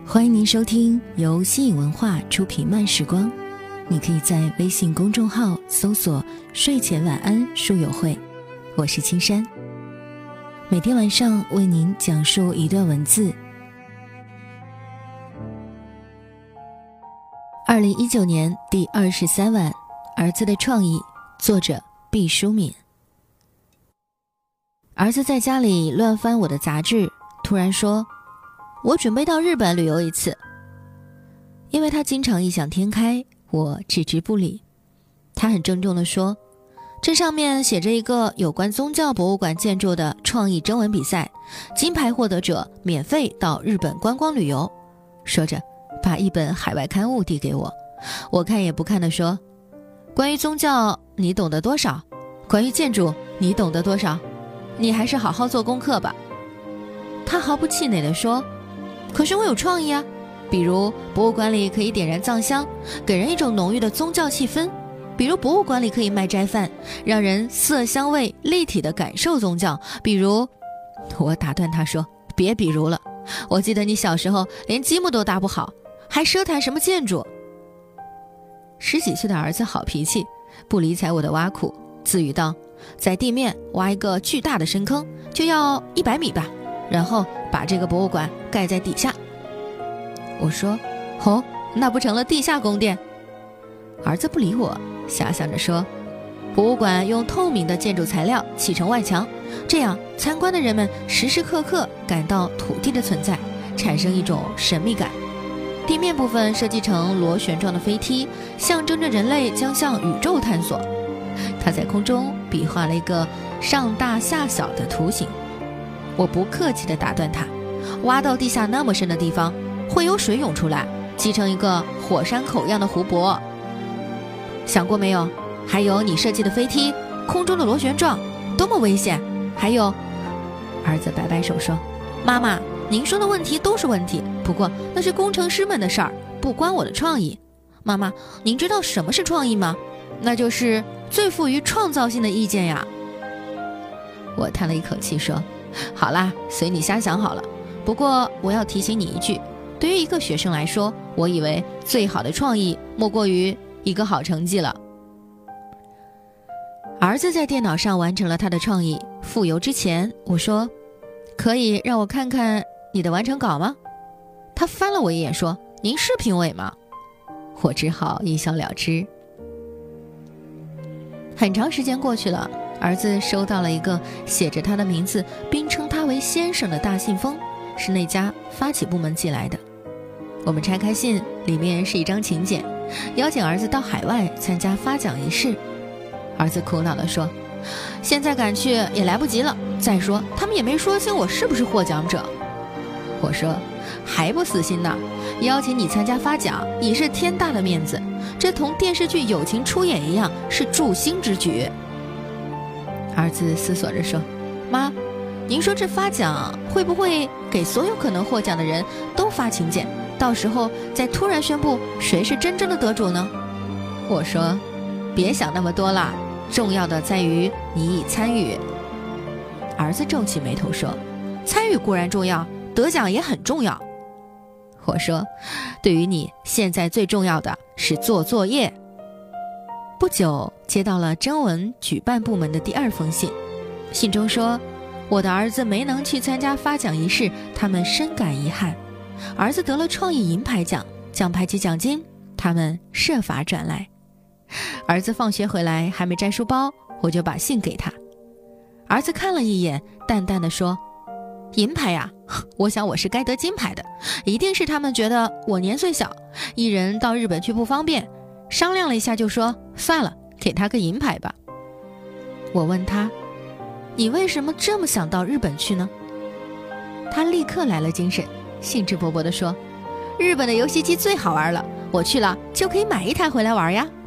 欢迎您收听由新颖文化出品慢时光，你可以在微信公众号搜索睡前晚安书友会，我是青山，每天晚上为您讲述一段文字。2019年第23晚，儿子的创意，作者毕淑敏。儿子在家里乱翻我的杂志，突然说，我准备到日本旅游一次。因为他经常异想天开，我置之不理。他很郑重地说，这上面写着一个有关宗教博物馆建筑的创意征文比赛，金牌获得者免费到日本观光旅游。说着把一本海外刊物递给我，我看也不看地说，关于宗教你懂得多少？关于建筑你懂得多少？你还是好好做功课吧。他毫不气馁地说，可是我有创意啊，比如博物馆里可以点燃藏香，给人一种浓郁的宗教气氛，比如博物馆里可以卖斋饭，让人色香味立体的感受宗教，比如……我打断他说，别比如了，我记得你小时候连积木都搭不好，还奢谈什么建筑。10几岁的儿子好脾气，不理睬我的挖苦，自语道，在地面挖一个巨大的深坑，就要100米吧，然后把这个博物馆盖在底下。我说，哦，那不成了地下宫殿？儿子不理我，遐想着说，博物馆用透明的建筑材料砌成外墙，这样参观的人们时时刻刻感到土地的存在，产生一种神秘感。地面部分设计成螺旋状的飞梯，象征着人类将向宇宙探索。他在空中比划了一个上大下小的图形。我不客气地打断他，挖到地下那么深的地方，会有水涌出来，积成一个火山口样的湖泊。想过没有？还有你设计的飞梯，空中的螺旋状，多么危险！还有……儿子摆摆手说，妈妈，您说的问题都是问题，不过那是工程师们的事儿，不关我的创意。妈妈，您知道什么是创意吗？那就是最富于创造性的意见呀。我叹了一口气说，好啦，随你瞎想好了。不过我要提醒你一句，对于一个学生来说，我以为最好的创意莫过于一个好成绩了。儿子在电脑上完成了他的创意，复邮之前我说，可以让我看看你的完成稿吗？他翻了我一眼说，您是评委吗？我只好一笑了之。很长时间过去了，儿子收到了一个写着他的名字并称他为先生的大信封，是那家发起部门寄来的。我们拆开信，里面是一张请柬，邀请儿子到海外参加发奖仪式。儿子苦恼地说，现在赶去也来不及了，再说他们也没说清我是不是获奖者。我说，还不死心呢，邀请你参加发奖已是天大的面子，这同电视剧友情出演一样，是助兴之举。儿子思索着说，妈，您说这发奖会不会给所有可能获奖的人都发请柬，到时候再突然宣布谁是真正的得主呢？我说，别想那么多啦，重要的在于你已参与。儿子皱起眉头说，参与固然重要，得奖也很重要。我说，对于你现在最重要的是做作业。不久接到了征文举办部门的第2封信，信中说，我的儿子没能去参加发奖仪式，他们深感遗憾。儿子得了创意银牌奖，奖牌及奖金他们设法转来。儿子放学回来还没摘书包，我就把信给他。儿子看了一眼，淡淡的说，银牌呀，我想我是该得金牌的，一定是他们觉得我年岁小，一人到日本去不方便，商量了一下就说，算了，给他个银牌吧。我问他，你为什么这么想到日本去呢？他立刻来了精神，兴致勃勃地说，日本的游戏机最好玩了，我去了就可以买一台回来玩呀。